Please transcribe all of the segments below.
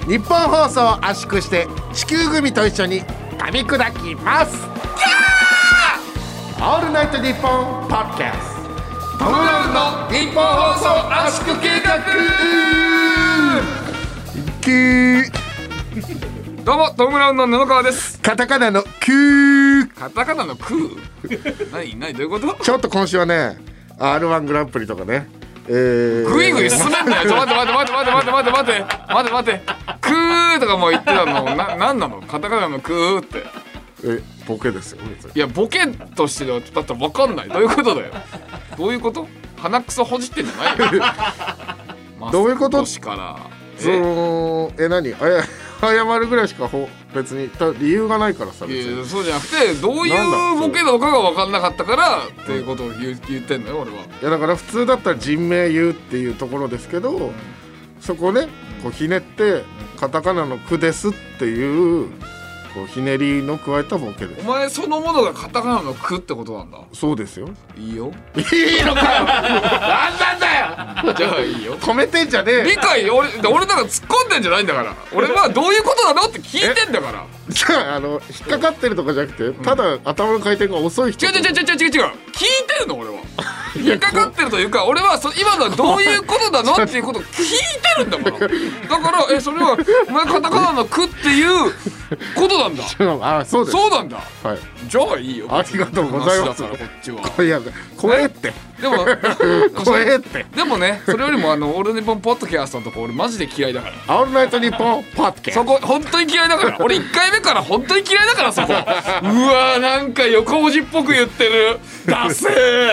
日本放送を圧縮して地球グミと一緒に噛み砕きます。オールナイトニッポンポッドキャストトム・ブラウンの日本放送圧縮計画。 どうもトム・ブラウンの布川です。 カタカナのキュー。 カタカナのクー何どういうこと？ ちょっと今週はね R1 グランプリとかね、 グイグイ進めんなよ。ちょ待ってクーとかも言ってたのなんなの？カタカナのクーってボケですよ。 いやボケとしてだったら分かんない。どういうことだよ。どういうこと？鼻くそほじってんじゃないよどういうこと？ 年から何謝るぐらいしか別に理由がないからさ。 いやそうじゃなくてどういうボケのかが分かんなかったからっていうことを言ってんのよ俺は。 いやだから普通だったら人名言うっていうところですけど、そこをねこうひねってカタカナのクですっていうこうひねりの加えたボケです。 お前そのものがカタカナのクってことなんだ。 そうですよ。 いいよ。 いいのかよなんなんだよじゃあいいよ。 止めてんじゃねえ。 理解俺なんか突っ込んでんじゃないんだから。俺はどういうことなのって聞いてんだから。 じゃあ引っかかってるとかじゃなくて、ただ頭の回転が遅い人。 違う聞いてるの俺は。引っかかってるというか俺は今のはどういうことなのっていうことを聞いてるんだから。だからそれはお前カタカナのクっていうことなんだ。 あ、そうです。 そうなんだ。 はい。 じゃあいいよ。 ありがとうございます。 こっちは。 いや怖えって。 でも怖えって。 でもねそれよりもオールニッポンポッドキャストのとこ俺マジで嫌いだから。 オールナイトニッポンポッドキャスト。 そこ本当に嫌いだから。俺1回目から本当に嫌いだからそこ。うわなんか横文字っぽく言ってる。ダセ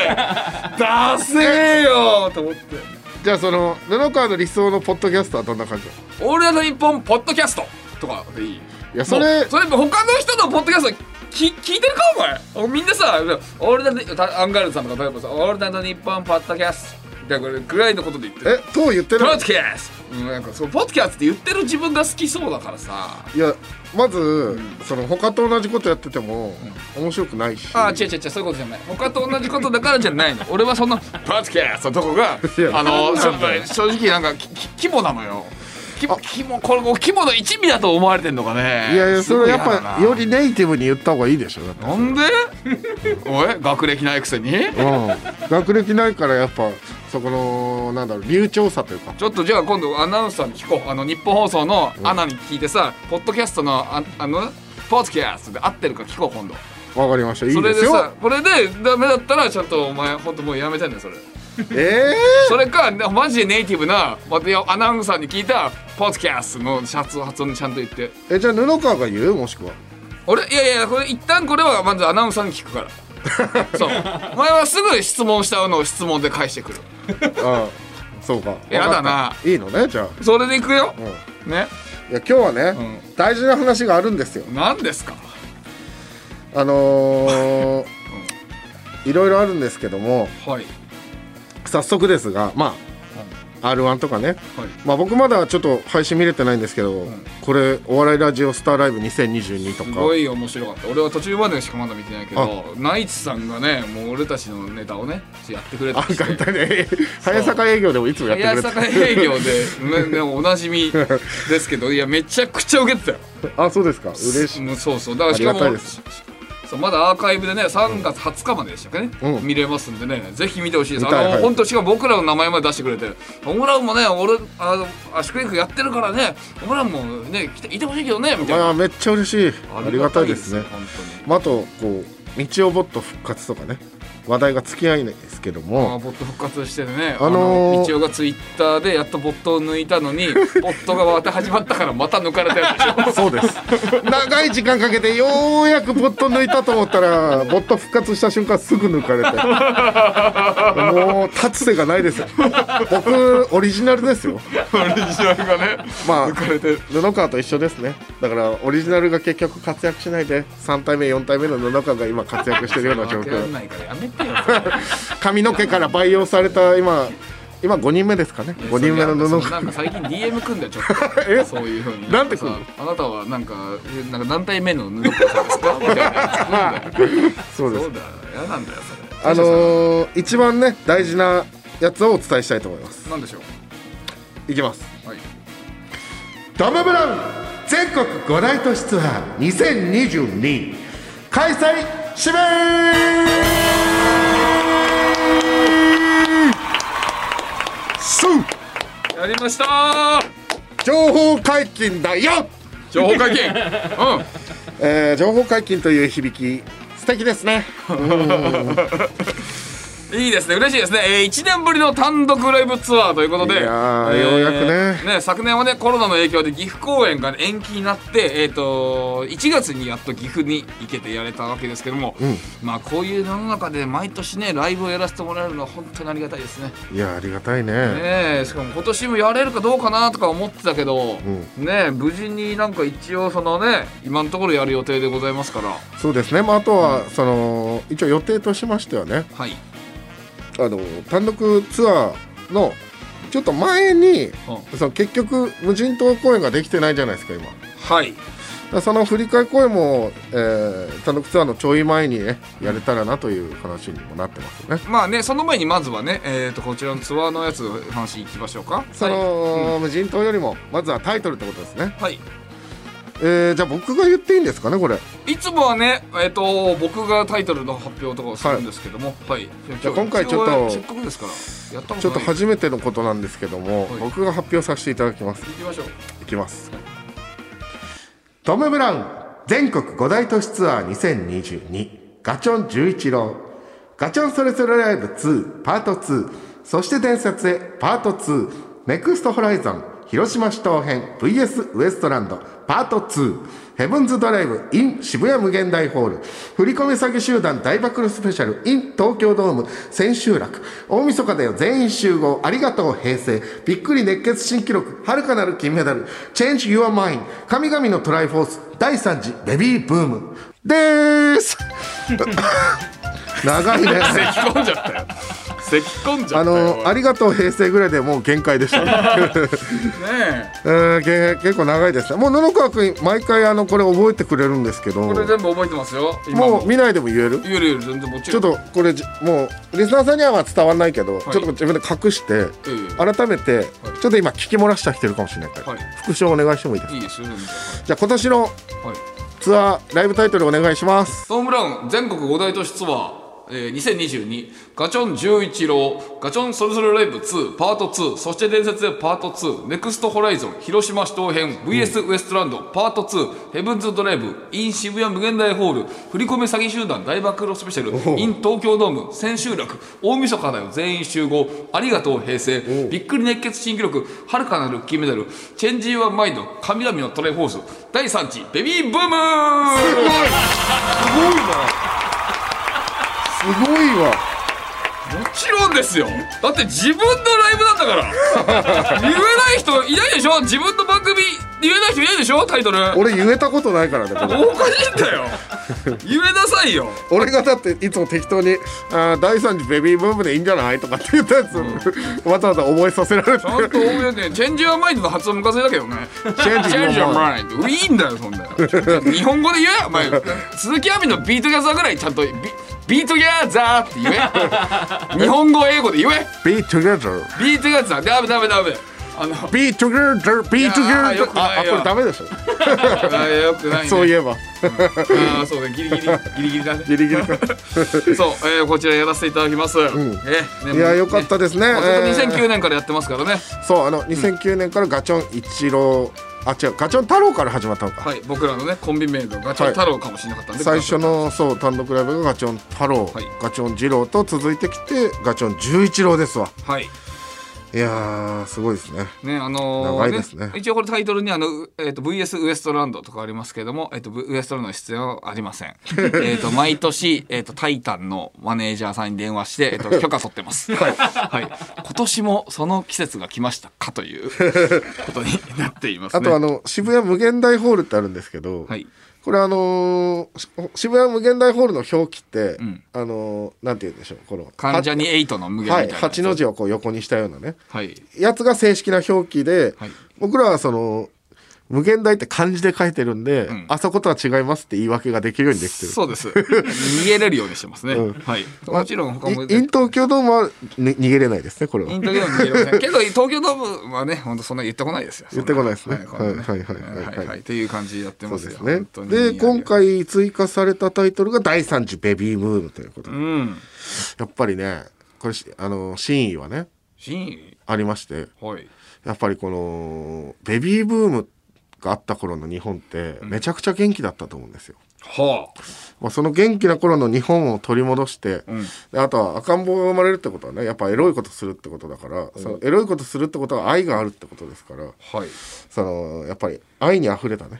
ーよと思って。 じゃあ布川の理想のポッドキャストはどんな感じ？ オールナイトニッポンポッドキャストとかでいい？ いやそれ他の人のポッドキャスト聞いてるかお前。みんなさオールナイトアンガールズさんとか例えばさオールナイトニッポンポッドキャストだからぐらいのことで言ってる。 どう言ってる？ ポッドキャスト、なんかそのポッドキャストって言ってる自分が好きそうだからさ。 いやまず、他と同じことやってても、面白くないし。 違うそういうことじゃない。他と同じことだからじゃないの。俺はそのポッドキャストのとこが正直なんか規模なのよ。これ規模の一味だと思われてんのかね。 いやそれやっぱよりネイティブに言った方がいいでしょ。だってなんでおい学歴ないくせに、 学歴ないからやっぱそこの流暢さというか。 ちょっとじゃあ今度アナウンサーに聞こう。日本放送のアナに聞いてさ、ポッドキャストのポッドキャストで合ってるか聞こう今度。 わかりました。いいですよ。 それでさこれでダメだったらちょっとお前本当もうやめてんねんそれ。それかマジでネイティブなアナウンサーに聞いたポッドキャストの発音ちゃんと言って。 じゃあ布川が言う？もしくは俺いやこれ一旦これはまずアナウンサーに聞くからそうお前はすぐ質問したのを質問で返してくる。 ああそうか。 やだな。 いいのねじゃあ。 それでいくよ、ね。 いや今日はね、大事な話があるんですよ。 何ですか？ いろいろあるんですけども、早速ですがR1 とかね、僕まだちょっと配信見れてないんですけど、これお笑いラジオスターライブ2022とかすごい面白かった。俺は途中までしかまだ見てないけどナイツさんがねもう俺たちのネタをねやってくれてて、 早坂営業でもいつもやってくれて早坂営業でおなじみですけどいやめちゃくちゃウケてたよ。 あ、そうですか。嬉しい。 そうだからしかもまだアーカイブでね3月20日まででしたっけね、見れますんでねぜひ見てほしいです。本当しかも僕らの名前まで出してくれて、オムランもね俺圧縮肉やってるからねオムランもねいてほしいけどねみたいな。 めっちゃ嬉しい。ありがたいですね。 本当に。 あと道をボット復活とかね話題が尽きないんですけども、 ボット復活してね、道夫がツイッターでやっとボットを抜いたのにボットがまた始まったからまた抜かれたやつでしょ。 そうです。長い時間かけてようやくボット抜いたと思ったらボット復活した瞬間すぐ抜かれてもう立つ瀬がないですよ。僕オリジナルですよ。 オリジナルがね抜かれて布川と一緒ですね。だからオリジナルが結局活躍しないで3体目4体目の布川が今活躍してるような状況。髪の毛から培養された今5人目ですかね。5人目の布なんか最近 DM 組んでちょっとそういう風になんて組むの？ あなたはなんか何体目の布川さんですかみたいな。 そうです。 そうだ嫌なんだよそれ。一番ね大事なやつをお伝えしたいと思います。 何でしょう。 いきます。 トム・ブラウン全国5大都市ツアー2022開催しめーやりましたー。 情報解禁だよ。 情報解禁情報解禁という響き素敵ですね。 いいですね、嬉しいですね。1年ぶりの単独ライブツアーということで、 いやようやくね昨年はねコロナの影響で岐阜公演が延期になって、1月にやっと岐阜に行けてやれたわけですけども、まあこういう世の中で毎年ねライブをやらせてもらえるのは本当にありがたいですね。 いやありがたいね。 しかも今年もやれるかどうかなとか思ってたけど、無事になんか一応そのね今のところやる予定でございますから。 そうですね、あとは、その一応予定としましてはね、 はい、 単独ツアーのちょっと前に、その結局無人島公演ができてないじゃないですか今。 はい。 その振り替え公演も、単独ツアーのちょい前にねやれたらなという話にもなってますよね。 まあね、その前にまずはね、こちらのツアーのやつ話いきましょうか。 その、無人島よりもまずはタイトルってことですね。 はい。 じゃあ僕が言っていいんですかねこれ。 いつもはね、僕がタイトルの発表とかをするんですけども、はい。 じゃあ今回ちょっとせっかくですからやったことない。 ちょっと初めてのことなんですけども、僕が発表させていただきます。 いきましょう。 いきます。トム・ブラウン全国5大都市ツアー2022ガチョン11郎ガチョンそれぞれライブ2パート2そして伝説へパート2ネクストホライゾン広島市東編 vs ウエストランドパート2ヘブンズドライブ in 渋谷無限大ホール振り込め詐欺集団大暴露スペシャル in 東京ドーム千秋楽大晦日だよ全員集合ありがとう平成びっくり熱血新記録遥かなる金メダル Change Your Mind 神々のトライフォース第3次ベビーブームでーす長いね咳込んじゃったよ。咳込んじゃったよ。 ありがとう平成ぐらいでもう限界でしたね。結構長いですね。もう布川君毎回これ覚えてくれるんですけど、 これ全部覚えてますよ。 もう見ないでも言える？ 言える全然もちろん。ちょっとこれもうリスナーさんには伝わらないけど、ちょっと自分で隠して改めてちょっと今聞き漏らした人いるかもしれないから、復唱お願いしてもいいですか？ いいですよ。 じゃあ今年のツアーライブタイトルお願いします。 トム・ブラウン全国5大都市ツアー2022ガチョン11郎ガチョンそれぞれライブ2パート2そして伝説へパート2ネクストホライゾン広島市東編 vs ウエストランドパート2ヘブンズドライブ in 渋谷無限大ホール振り込め詐欺集団大暴露スペシャル in 東京ドーム千秋楽大晦日だよ全員集合ありがとう平成びっくり熱血新記録遥かなる金メダルチェンジ・ユア・マインド神々のトライフォース第3次ベビーブームすごいなすごいわ。 もちろんですよ。だって自分のライブなんだから言えない人いないでしょ。自分の番組言えない人いないでしょ。タイトル俺言えたことないからね。 おかしいんだよ言えなさいよ。 俺がだっていつも適当に第3次ベビーブームでいいんじゃないとかって言ったやつ、わざわざ覚えさせられてちゃんと覚えてチェンジ・ア・マインドの発音昔だけどねチェンジ・ア・マインドいいんだよそんな日本語で言えお前鈴木亜美のビートギャザーぐらいちゃんとビートギャザーって言え日本語英語で言えビートギャザービートギャザーダメビートギャザービートギャザーこれダメでしょよくない、ね、 そういえばそうねギリギリだねギリギリそう、こちらやらせていただきます、 いやよかったですね。 2009年からやってますからね。 そう2009年からガチョン一郎違うガチョン太郎から始まったのか。 はい僕らのねコンビ名のガチョン太郎かもしれなかったんで、 最初のそう単独ライブがガチョン太郎、ガチョン二郎と続いてきてガチョン十一郎ですわ。 はいいやーすごいですね。 長いですね。 一応これタイトルにVS ウエストランドとかありますけれども、ウエストランドの出演はありません毎年、タイタンのマネージャーさんに電話して、許可取ってますはい、今年もその季節が来ましたかということになっていますね。 あと渋谷無限大ホールってあるんですけど、これ渋谷無限大ホールの表記って、なんて言うんでしょうこの関ジャニ∞の無限みたいな 8の字をこう横にしたようなね、 はい、 やつが正式な表記で、僕らは無限大って漢字で書いてるんで、あそことは違いますって言い訳ができるようにできてる。 そうです。逃げれるようにしてますね。はい。もちろん他も。 イン東京ドームは、逃げれないですね、これは。 イン東京ドーム逃げれません。けど、東京ドームはね、本当そんな言ってこないですよ。 言ってこないですね。 はい。っていう感じでやってますよ。 そうですね。で、今回追加されたタイトルが第3次ベビームームということで。やっぱりね、これ、真意はね、ありまして、やっぱりこの、ベビーブームがあった頃の日本ってめちゃくちゃ元気だったと思うんですよ。その元気な頃の日本を取り戻して、あとは赤ん坊が生まれるってことはね、やっぱエロいことするってことだから、そのエロいことするってことは愛があるってことですから、やっぱり愛にあふれたね。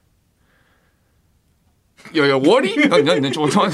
いや終わり？ちょっと待って、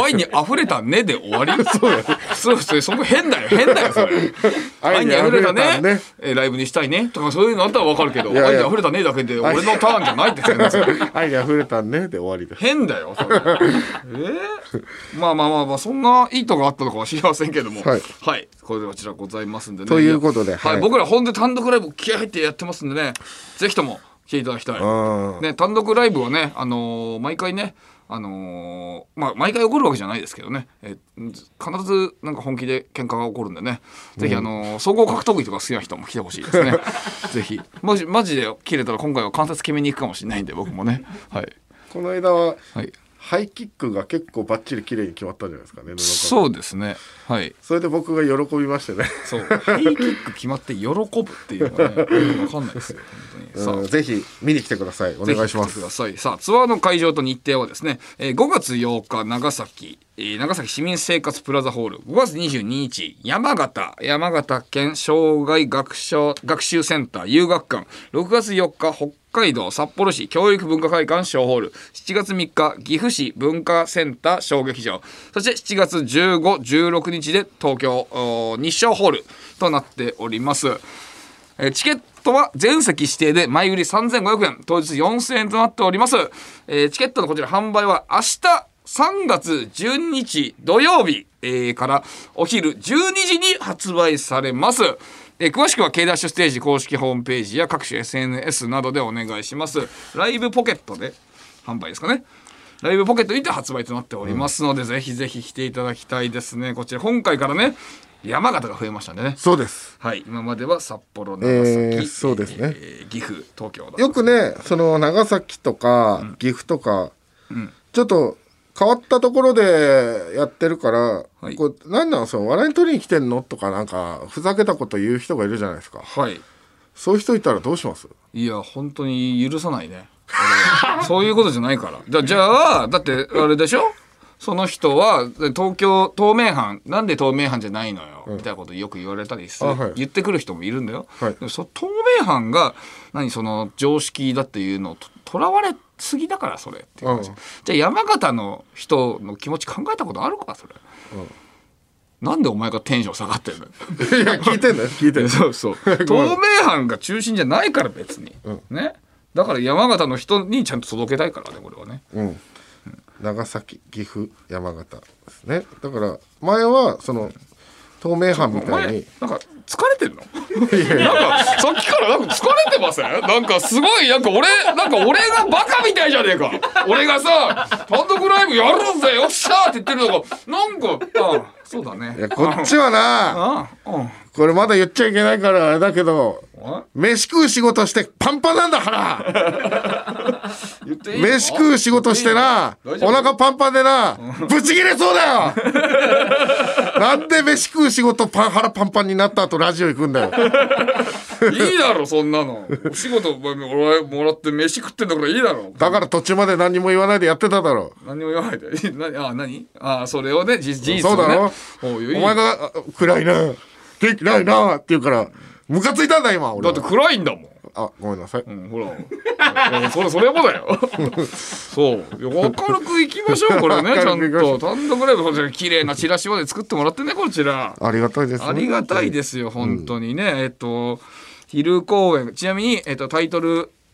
愛に溢れたねで終わり？そうですね、そこ変だよそれ。愛に溢れたね、ライブにしたいねとかそういうのあったら分かるけど、愛に溢れたねだけで俺のターンじゃないって言ってるんですよ。 愛に溢れたねで終わりです。 変だよそれ。まあそんな意図があったのかは知りませんけども、はい、これでこちらございますんでね。 ということで、 僕ら本当に単独ライブ気合入ってやってますんでね、ぜひとも来ていただきたい。ね、単独ライブはね、毎回ね、毎回起こるわけじゃないですけどね、必ずなんか本気で喧嘩が起こるんでね、ぜひ総合格闘技とか好きな人も来てほしいですね。ぜひマジで切れたら今回は関節決めに行くかもしれないんで、僕もね、はい、 この間は、ハイキックが結構バッチリ綺麗に決まったんじゃないですかね。 そうですね、はい。 それで僕が喜びましてね。 そうハイキック決まって喜ぶっていうのがね分かんないですよ本当に。 ぜひ見に来てください。お願いします。 さあツアーの会場と日程はですね、5月8日長崎市民生活プラザホール、5月22日山形県障害学習センター遊学館、6月4日北海道札幌市教育文化会館小ホール、7月3日岐阜市文化センター小劇場、そして7月15、16日で東京日照ホールとなっております。チケットは全席指定で前売り3500円、当日4000円となっております。チケットのこちら販売は明日3月12日土曜日、からお昼12時に発売されます。詳しくは K ダッシュステージ公式ホームページや各種 SNS などでお願いします。ライブポケットで販売ですかね。ライブポケットにて発売となっておりますので、ぜひぜひ来ていただきたいですね。こちら今回からね、山形が増えましたんでね。 そうです。 はい、今までは札幌、長崎、 そうですね、 岐阜、東京だ。 よくね、その長崎とか岐阜とか、ちょっと変わったところでやってるから、これ何なの、その笑いに取りに来てんのとか、なんかふざけたこと言う人がいるじゃないですか。はい。そういう人いたらどうします？ いや本当に許さないね。そういうことじゃないから。じゃあだってあれでしょ。その人は東名阪なんで東名阪じゃないのよ、みたいなことよく言われたりする、言ってくる人もいるんだよ。でも東名阪がその常識だっていうのをとらわれすぎだからそれっていう話。じゃあ山形の人の気持ち考えたことあるかそれ。なんでお前がテンション下がってんの？ いや聞いてんだよ聞いてんだよ。 そう東名阪が中心じゃないから別に、ね。だから山形の人にちゃんと届けたいからねこれはね。 長崎岐阜山形ですね。だから前はその東名阪みたいになんか疲れてるの？なんかさっきからなんか疲れてません？なんかすごいなんか俺がバカみたいじゃねえか。俺がさ単独ライブやるんぜよっしゃーって言ってるのがなんかそうだね。 いやこっちはなこれまだ言っちゃいけないからあれだけど飯食う仕事してパンパンなんだから飯食う仕事してなお腹パンパンでなブチ切れそうだよ。なんで飯食う仕事腹パンパンになった後ラジオ行くんだよ。 いいだろそんなの。お仕事もらって飯食ってんだからいいだろ。 だから途中まで何も言わないでやってただろ。 何も言わないで何それをね事実をね。 そうだろ。お前が暗いな元気ないなって言うからムカついたんだ今俺。 だって暗いんだもん。 ごめんなさい。 ほらそれもだよ。そう明るくいきましょうこれね。ちゃんと単独ライブ綺麗なチラシまで作ってもらってねこちら。 ありがたいですね。 ありがたいですよ本当にね。昼公演ちなみにタイトル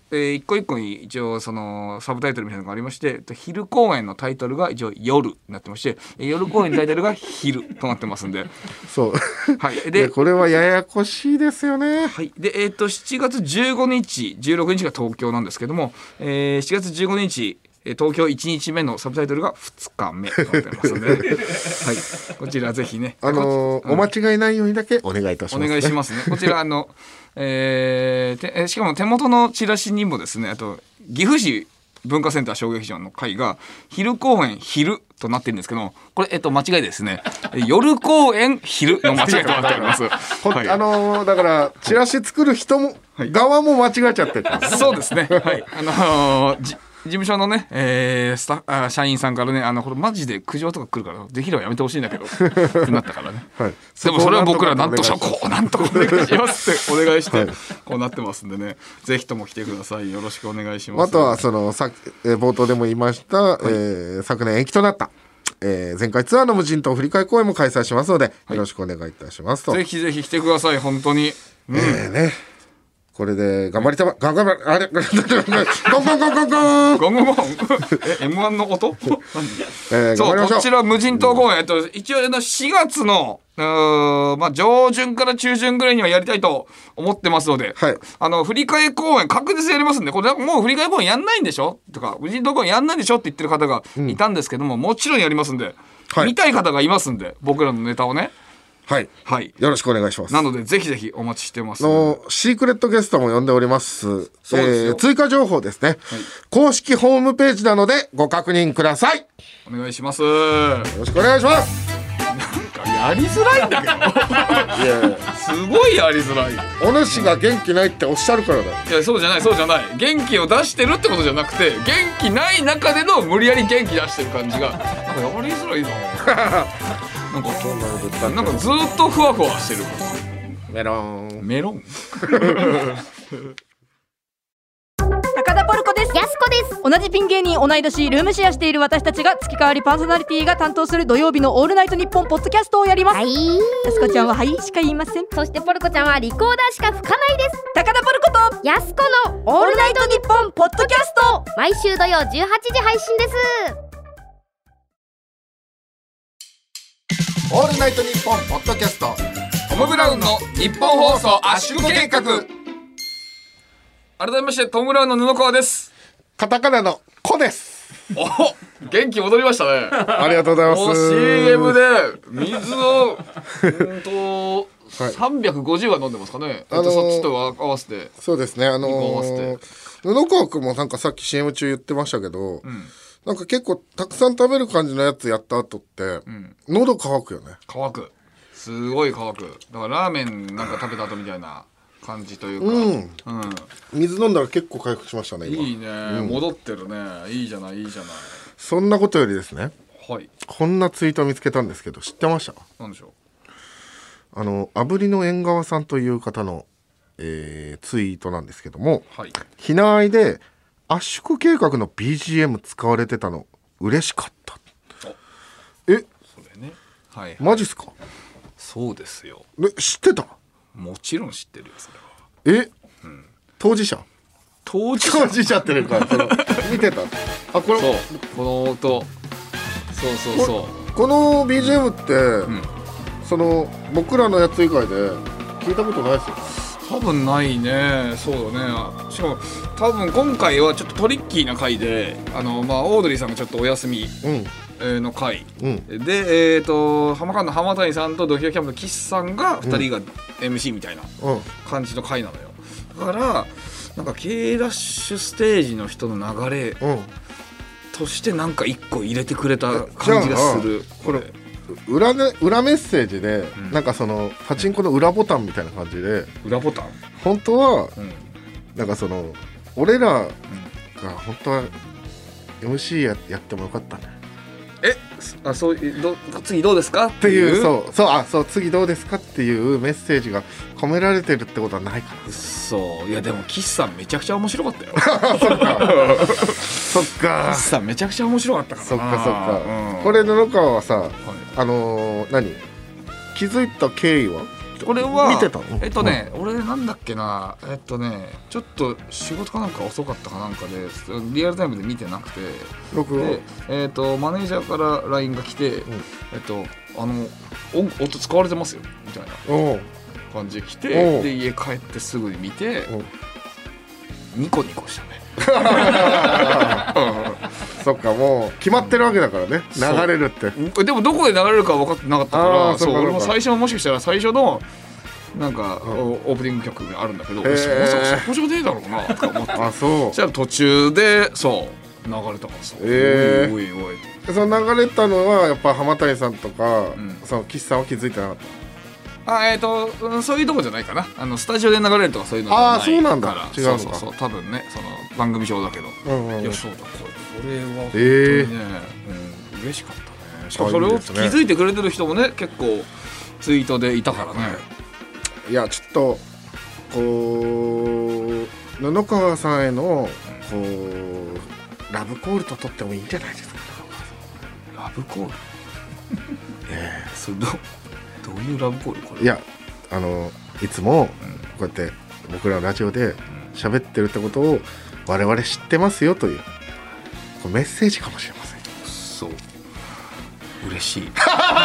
一個一個に一応そのサブタイトルみたいなのがありまして、昼公演のタイトルが一応夜になってまして、夜公演のタイトルが昼となってますんでそう、 はい、でこれはややこしいですよね。 はい、で7月15日16日が東京なんですけども、7月15日東京1日目のサブタイトルが2日目となってますので、はい、こちらぜひね、 お間違いないようにだけお願いいたします、ね、 お願いしますね。こちらしかも手元のチラシにもですね、あと岐阜市文化センター小劇場の会が昼公演昼となってるんですけど、これ間違いですね。夜公演昼の間違いとなっております。 はい、だからチラシ作る人も、はい、側も間違えちゃってる。 そうですね。はい。事務所のね、社員さんからね、これマジで苦情とか来るからできればやめてほしいんだけどってなったからね、はい、でもそれは僕らなんとかこうなんとかお願いしますってお願いして、はい、こうなってますんでね、ぜひとも来てください。よろしくお願いします。 あとは冒頭でも言いました、はい、昨年延期となった前回ツアーの無人島振り替え公演も開催しますので、よろしくお願いいたしますと。 ぜひぜひ来てください本当に。 ねこれで頑張りたま、あれゴンゴンゴンゴンゴンゴン M1 の音そうこちら無人島公演、一応4月の上旬から中旬ぐらいにはやりたいと思ってますので、はい、振り替え公演確実やりますんで、これもう振り替え公演やんないんでしょとか無人島公演やんないでしょって言ってる方がいたんですけども、もちろんやりますんで、はい、見たい方がいますんで、僕らのネタをね、 はい、はい、よろしくお願いします。 なのでぜひぜひお待ちしてます。 シークレットゲストも呼んでおります。追加情報ですね、はい、公式ホームページなのでご確認ください。 お願いします。 よろしくお願いします。 なんかやりづらいんだけどいやすごいやりづらい。 お主が元気ないっておっしゃるからだ。 いやそうじゃない元気を出してるってことじゃなくて、元気ない中での無理やり元気出してる感じがなんかやりづらいななんかずっとふわふわしてる。 メロン高田ポルコです。 やすこです。 同じピン芸人、同い年、ルームシェアしている私たちが月替わりパーソナリティが担当する土曜日のオールナイトニッポンポッドキャストをやります。 はい。 やすこちゃんははいしか言いません。 そしてポルコちゃんはリコーダーしか吹かないです。 高田ポルコとやすこのオールナイトニッポンポッドキャスト、 毎週土曜18時配信です。 オールナイトニッポンポッドキャスト、 トム・ブラウンの日本放送圧縮計画。改めましてトム・ブラウンの布川です。 カタカナのコです。 お元気戻りましたねありがとうございます。 CM で水を350は飲んでますかね。そっちと合わせて。 そうですね、布川くんもなんかさっき CM 中言ってましたけど、なんか結構たくさん食べる感じのやつやった後って、喉乾くよね。 乾く、すごい乾く。だからラーメンなんか食べた後みたいな感じというか、 水飲んだら結構回復しましたね今。 いいね、戻ってるね。いいじゃないいいじゃない。 そんなことよりですね、 はい、 こんなツイート見つけたんですけど知ってました？ なんでしょう。 炙りの縁側さんという方の、ツイートなんですけども、 はい、 ひなあいで圧縮計画の BGM 使われてたの嬉しかった。 それね、はい、 マジっすか？ そうですよ。 知ってた？ もちろん知ってるよそれは。当事者っていうか見てた。あ、これそうこの音、そうこの BGM って、その僕らのやつ以外で聞いたことないですよ。 多分ないね。そうだね。しかも多分今回はちょっとトリッキーな回で、オードリーさんがちょっとお休みの回、でハマカンの浜谷さんとドキドキキャンプの岸さんが2人が MC みたいな感じの回なのよ。だからなんか K ダッシュステージの人の流れとしてなんか1個入れてくれた感じがする。 これ裏メッセージで、なんかそのパチンコの裏ボタンみたいな感じで、 裏ボタン本当は、なんかその俺らが本当は MC やってもよかったね。 次どうですかっていう、そう次どうですかっていうメッセージが込められてるってことはないから。 そういやでも岸さんめちゃくちゃ面白かったよそっか岸さんめちゃくちゃ面白かったからな。 そっか、これ布川はさ、何気づいた経緯は俺は見てたの？ 俺なんだっけな、ちょっと仕事かなんか遅かったかなんかでリアルタイムで見てなくて、でマネージャーから LINE が来て、音使われてますよみたいな感じで来て、で家帰ってすぐに見てニコニコしたね。 そっか、もう決まってるわけだからね、流れるって。 でもどこで流れるか分かってなかったから、そう俺も最初のもしかしたら最初のなんかオープニング曲があるんだけど、まさかそこじゃねえだろうなと思って、 あ、そう。 じゃあ途中でそう流れたからさ、おいおい。 その流れたのはやっぱ浜谷さんとか、その岸さんは気づいてなかった？ そういうとこじゃないかな。スタジオで流れるとかそういうのじゃないから。 そうなんだ。違うのか。 そう多分ね、その番組上だけど、いやそうだ、これは本当にね、嬉しかったね。しかもそれを気づいてくれてる人もね結構ツイートでいたからね。 いやちょっとこう布川さんへのこうラブコールと取ってもいいんじゃないですか。 ラブコールそれどういうラブコールこれ？ いやいつもこうやって僕らラジオで喋ってるってことを我々知ってますよというこうメッセージかもしれません。 そう嬉しい。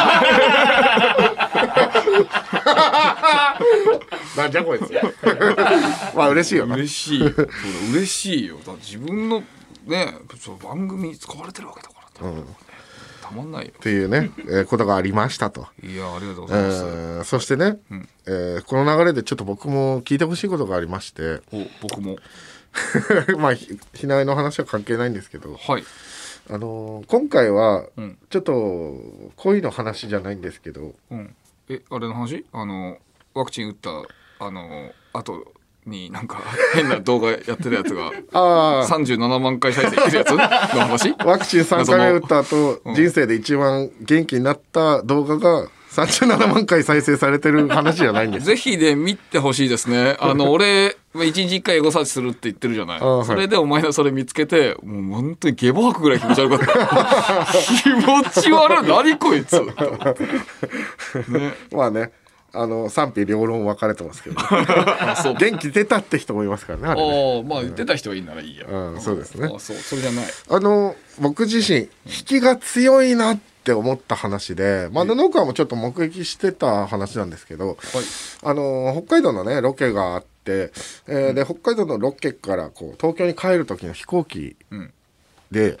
なんじゃこいつ。まあ嬉しいよな。 嬉しい。そうだ嬉しいよ。だ自分のね番組に使われてるわけだから。たまんないよ。っていうねことがありましたと。 いやありがとうございます。 そしてね、この流れでちょっと僕も聞いてほしいことがありまして。 僕も。 まあひなえの話は関係ないんですけど。 はい。 今回はちょっと恋の話じゃないんですけど、 あれの話ワクチン打った後になんか変な動画やってるやつが37万回再生いってるやつの話。 ワクチン3回目打った後、人生で一番元気になった動画が37万回再生されてる話じゃないんですぜひで見てほしいですね。俺1日1回エゴサーチするって言ってるじゃない。それでお前のそれ見つけてもう本当にゲボ吐くぐらい気持ち悪かった気持ち悪い何こいつ、ね、 まあね賛否両論分かれてますけど、ね、元気出たって人もいますからね。 まあ出た人はいいならいいや。 そうですね。 それじゃない。 僕自身引きが強いなって思った話で、布川もちょっと目撃してた話なんですけど、北海道のねロケがあって、で北海道のロケからこう東京に帰る時の飛行機で、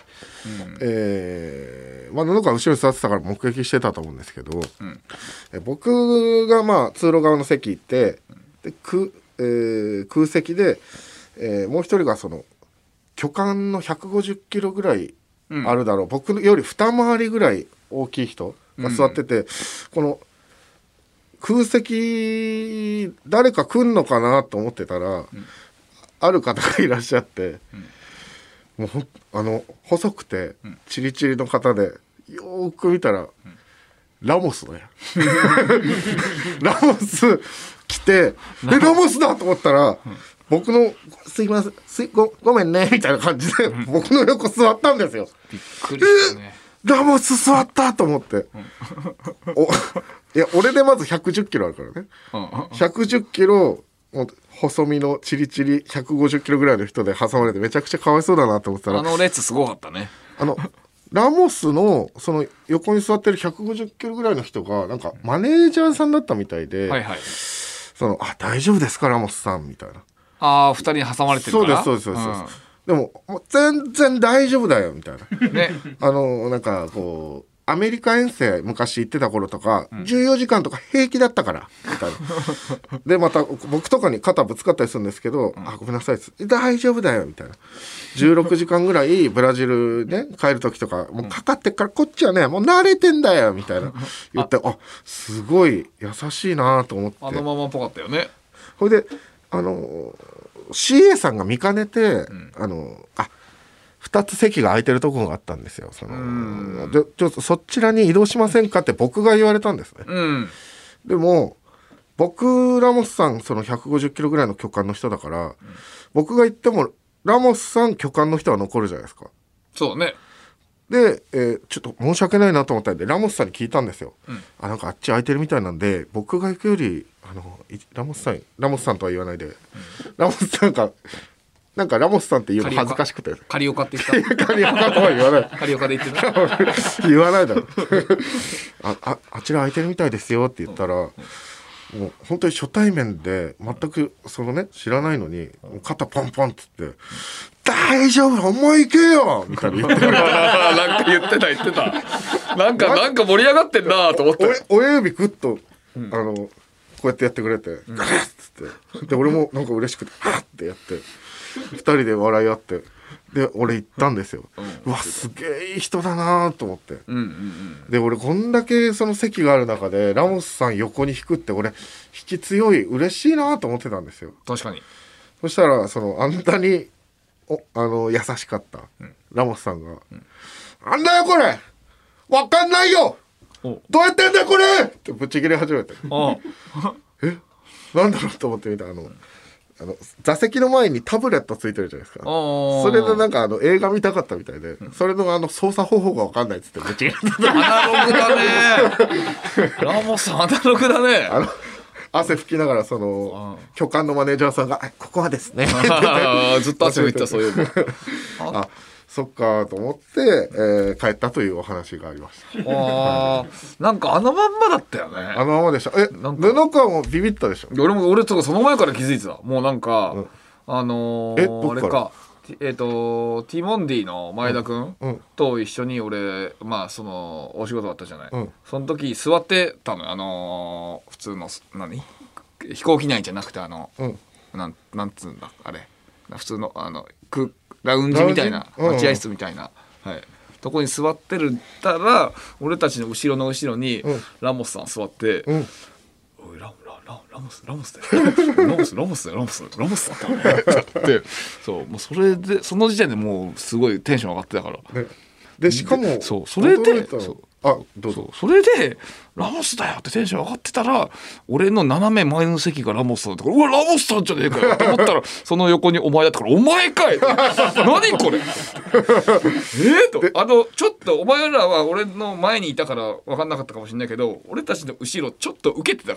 布川後ろに座ってたから目撃してたと思うんですけど、僕がまあ通路側の席行って、で空席で、もう一人がその巨漢の150キロぐらいあるだろう、僕より二回りぐらい大きい人が座ってて、この空席誰か来んのかなと思ってたら、ある方がいらっしゃって、もう細くてチリチリの方で、よーく見たら、ラモスねラモス来てラモスだと思ったら、僕のすいませんごめんねみたいな感じで僕の横座ったんですよ。 びっくりしたね。 ラモス座ったと思って、いや俺でまず110キロあるからね、110キロもう細身のチリチリ150キロぐらいの人で挟まれてめちゃくちゃかわいそうだなと思ったら、 列すごかったね。 ラモスのその横に座ってる150キロぐらいの人がなんかマネージャーさんだったみたいで、大丈夫ですかラモスさんみたいな。 2人に挟まれてるから。 そうです、でも全然大丈夫だよみたいな、ね、なんかこうアメリカ遠征昔行ってた頃とか、14時間とか平気だったからみたいなでまた僕とかに肩ぶつかったりするんですけど、ごめんなさい大丈夫だよみたいな、16時間ぐらいブラジルね帰る時とかもうかかってっから、こっちはねもう慣れてんだよみたいな言って、すごい優しいなと思って、 ままっぽかったよね。 それでCA さんが見かねて、2つ席が空いてるところがあったんですよ。ちょっとそちらに移動しませんかって僕が言われたんですね。でも僕ラモスさんその150キロぐらいの巨漢の人だから、僕が言ってもラモスさん巨漢の人は残るじゃないですか。 そうね。 で、ちょっと申し訳ないなと思ったんでラモスさんに聞いたんですよ。なんかあっち空いてるみたいなんで僕が行くよりラモスさんとは言わないで、ラモスさんがなんかラモスさんって言うの恥ずかしくて、 カリオカって言ったカリオカとは言わない。 カリオカで言ってた言わないだろあちら空いてるみたいですよって言ったら、もう本当に初対面で全くそのね知らないのに肩ポンポンっつって「大丈夫思い行けよ!」みたいな言ってるなんか言ってたなんか盛り上がってんなと思って親指グッとこうやってやってくれてガッつってで俺もなんか嬉しくてハッってやって2人で笑い合ってで俺行ったんですよ。うわすげえいい人だなと思って、で俺こんだけその席がある中でラモスさん横に引くって俺引き強い嬉しいなと思ってたんですよ。 確かに。 そしたらあんたに優しかったラモスさんが「なんだよこれわかんないよどうやってんだよこれ!」ってぶち切れ始めてなんだろうと思ってみた座席の前にタブレットついてるじゃないですか。それでなんか映画見たかったみたいで、それの操作方法が分かんないっつってぶち切れてアナログだねラモスさんアナログだね汗拭きながら巨漢のマネージャーさんが「ここはですね」 ずっと汗拭いてたそういうのあそっかと思って、帰ったというお話がありました。 なんかあのまんまだったよね。 あのままでした。布川もビビったでしょ。 俺とかその前から気づいてた。もうなんか、あれかティモンディの前田君と一緒に俺お仕事だったじゃない、その時座ってたのよ。普通の飛行機内じゃなくてなんつうんだあれ普通のラウンジみたいな待合室みたいな、とこに座ってるたら俺たちの後ろの後ろにラモスさん座って「おいラモスだよラモスだってそうもうそれでその時点でもうすごいテンション上がってたから、 でしかもそれでどうぞ。 それでラモスだよってテンション上がってたら俺の斜め前の席がラモスさんだからうわラモスさんじゃねえかよと思ったらその横にお前だったからお前かい何これとちょっとお前らは俺の前にいたから分かんなかったかもしれないけど俺たちの後ろちょっと受けてた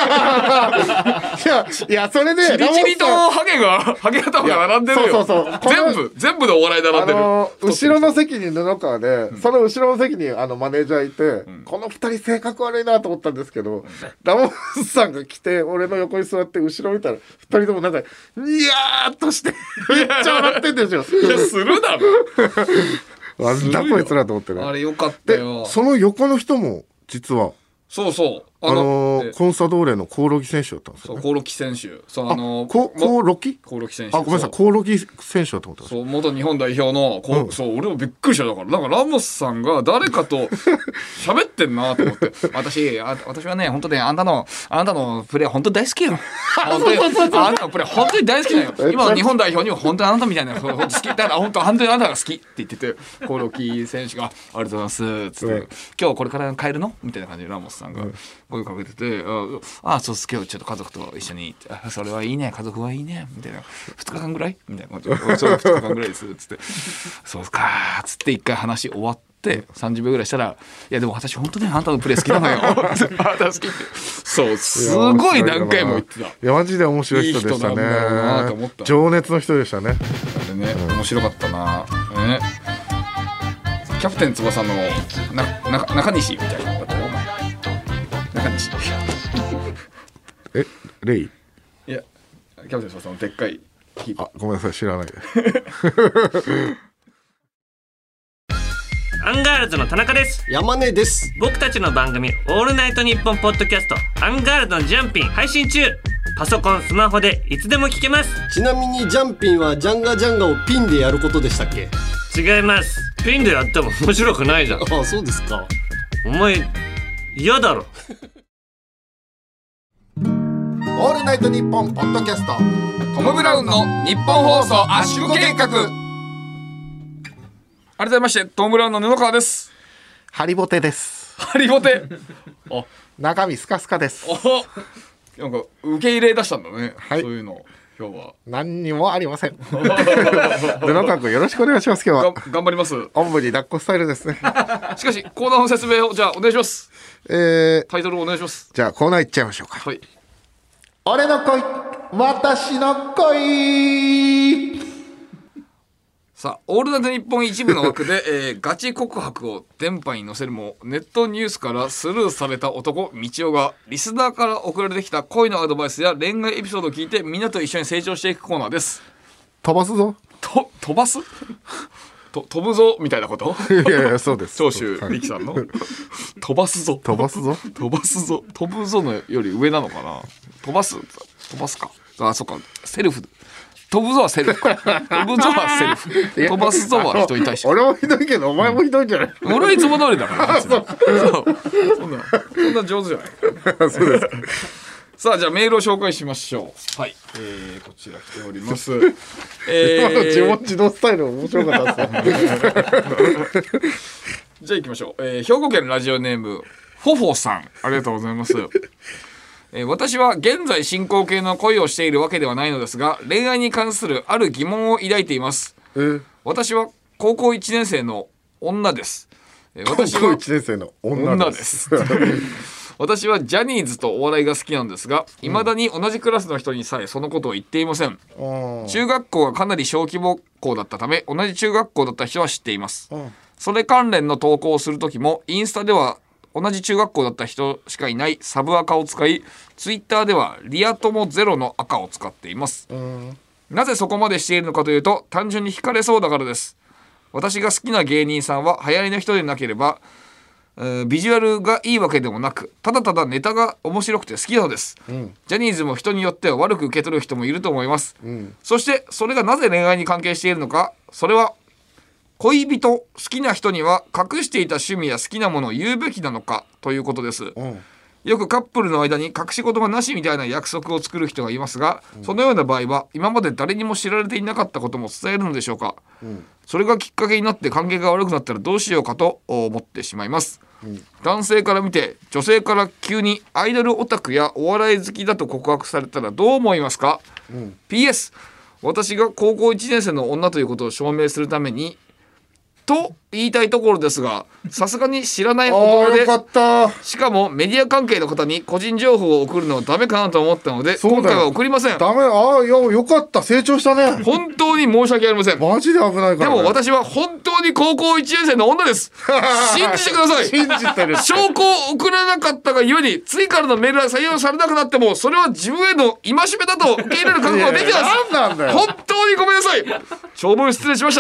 からいやそれでチリチリとハゲ頭が並んでるよ。全部のお笑い並んでる。 後ろの席に布川で、その後ろの席にマネージャーいて、この2人性格悪いなと思ったんですけど、ラモスさんが来て俺の横に座って後ろ見たら2人ともなんかニヤーっとしてめっちゃ笑ってんでしょ。 いやするだろなんだこいつらと思ってね。 あれよかったよ。 その横の人も実はそうコンサドーレのコオロギ選手だったんですよね。 コオロギ選手コオロギ選手ごめんなさいコオロギ選手だと思ってました。 そう元日本代表のそう俺もびっくりした。だからなんかラモスさんが誰かと喋ってんなと思って私はね本当ねあなたのプレー本当に大好きよ本当にあなたのプレー本当に大好きだよ今の日本代表には本当にあなたみたいな好きだから本当にあなたが好きって言っててコオロギ選手がありがとうございますつって今日これから帰るのみたいな感じでラモスさんが声かけててそうっす今日ちょっと家族と一緒にそれはいいね家族はいいねみたいな2日間ぐらいみたいなそう2日間ぐらいですつってそうかーつって1回話終わって30秒ぐらいしたらいやでも私本当にあなたのプレー好きなのよあなた好きってそうすごい何回も言ってた。いやマジで面白い人でしたね。情熱の人でしたね。 あれね面白かったなキャプテン翼の中西みたいなだったよ。中西レイいやキャプテン翼のでっかいごめんなさい知らないですアンガールズの田中です。 山根です。 僕たちの番組オールナイトニッポンポッドキャストアンガールズのジャンピン配信中。パソコンスマホでいつでも聞けます。 ちなみにジャンピンはジャンガジャンガをピンでやることでしたっけ？ 違います。ピンでやっても面白くないじゃん。 あ、そうですか。 お前嫌だろ。 オールナイトニッポンポッドキャストトム・ブラウンの日本放送圧縮計画。改めましてトム・ブラウンの布川です。 ハリボテです。 ハリボテ中身スカスカです。 なんか受け入れ出したんだね、はい、そういうの今日は何にもありません布川君よろしくお願いします。今日は頑張ります。 おんぶに抱っこスタイルですねしかしコーナーの説明をじゃあお願いします。タイトルをお願いします。 じゃあコーナーいっちゃいましょうか。 はい。 俺の恋私の恋。 さあオールナイトニッポン一部の枠で、ガチ告白を電波に載せるもネットニュースからスルーされた男道夫がリスナーから送られてきた恋のアドバイスや恋愛エピソードを聞いてみんなと一緒に成長していくコーナーです。 飛ばすぞ。 飛ばす飛ぶぞみたいなこと。 いやいやそうです。 長州力さんの飛ばすぞ飛ばすぞ飛ばすぞ飛ぶぞのより上なのかな。飛ばすか。あ、そっか、セルフ。飛ぶぞはセルフか。飛ぶぞはセルフ。飛ばすぞは人に対して。 俺もひどいけどお前もひどいんじゃない。 俺はいつも通りだからそんな上手じゃないそうです。さあじゃあメールを紹介しましょう。はい、こちら来ております。 今の自問自答スタイル面白かったですね。 じゃあ行きましょう。兵庫県ラジオネームフォフォさん、ありがとうございます。私は現在進行形の恋をしているわけではないのですが、恋愛に関するある疑問を抱いています。私は高校1年生の女です。 私は高校1年生の女です。 私はジャニーズとお笑いが好きなんですが、未だに同じクラスの人にさえそのことを言っていません。中学校がかなり小規模校だったため、同じ中学校だった人は知っています。それ関連の投稿をする時もインスタでは同じ中学校だった人しかいないサブアカを使い、ツイッターではリア友ゼロの赤を使っています。なぜそこまでしているのかというと、単純に惹かれそうだからです。私が好きな芸人さんは流行りの人でなければ、ビジュアルがいいわけでもなく、ただただネタが面白くて好きなのです。ジャニーズも人によっては悪く受け取る人もいると思います。そしてそれがなぜ恋愛に関係しているのか、それは恋人、好きな人には隠していた趣味や好きなものを言うべきなのかということです。よくカップルの間に隠し事がなしみたいな約束を作る人がいますが、そのような場合は今まで誰にも知られていなかったことも伝えるのでしょうか。それがきっかけになって関係が悪くなったらどうしようかと思ってしまいます。男性から見て女性から急にアイドルオタクやお笑い好きだと告白されたらどう思いますか。PS、 私が高校1年生の女ということを証明するためにと言いたいところですが、さすがに知らない大人で、しかもメディア関係の方に個人情報を送るのはダメかなと思ったので、今回は送りません。 ダメ。よかった、成長したね。 本当に申し訳ありません。 マジで危ないから、ね、 でも私は本当に高校1年生の女です。信じてください。 信じてる。 証拠を送らなかったがゆえに次からのメールが採用されなくなっても、それは自分への戒めだと受け入れる覚悟ができてます。 なんだよ。 本当にごめんなさい。長文失礼しました。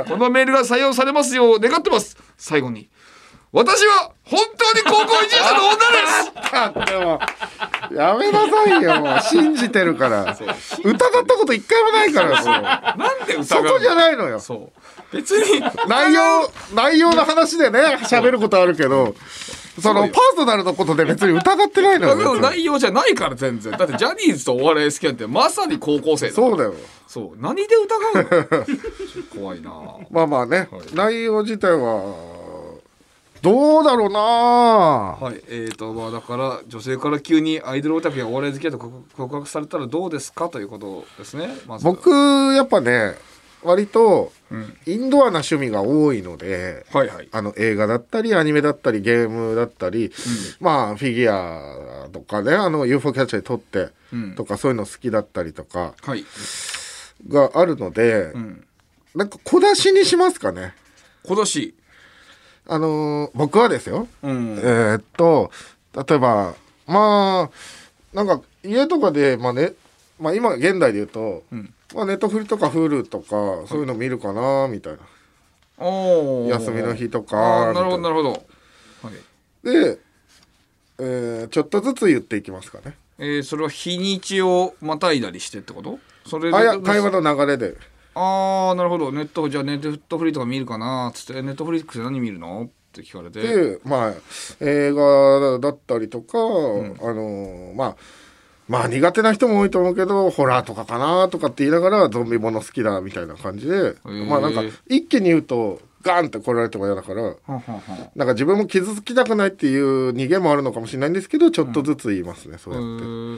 このメールが採用されますよう願ってます。最後に、私は本当に高校1年生の女です。 でもやめなさいよ。信じてるから。疑ったこと一回もないから。 なんで疑うの。 そこじゃないのよ。 そう別に内容の話でね喋ることあるけど、そのパーソナルのことで別に疑ってないのよ。 内容じゃないから全然。だってジャニーズとお笑い好きなんてまさに高校生だ。 そうだよ。 そう、何で疑うの怖いな。 まあまあね、内容自体はどうだろうな。 はい、まあだから女性から急にアイドルオタクやお笑い好きだと告白されたらどうですかということですね。まず僕やっぱね、割とインドアな趣味が多いので、映画だったりアニメだったりゲームだったり、まあフィギュアとかね、UFO キャッチャーで撮ってとか、そういうの好きだったりとかがあるので、なんか小出しにしますかね。 小出し。 僕はですよ、例えばまあなんか家とかでまあ今現代で言うと、まあ、ネットフリとか Hulu とかそういうの見るかなみたいな。休みの日とか。 なるほどなるほど。 で、ちょっとずつ言っていきますかね。 それは日にちをまたいだりしてってこと？それでいや、会話の流れで。 なるほど。じゃあネットフリとか見るかなつって、ネットフリックスで何見るのって聞かれて、 でまあ映画だったりとか、まあ苦手な人も多いと思うけどホラーとかかなとかって言いながらゾンビもの好きだみたいな感じで、まあなんか一気に言うとガンって来られても嫌だから、なんか自分も傷つきたくないっていう逃げもあるのかもしれないんですけど、ちょっとずつ言いますね、そうやって。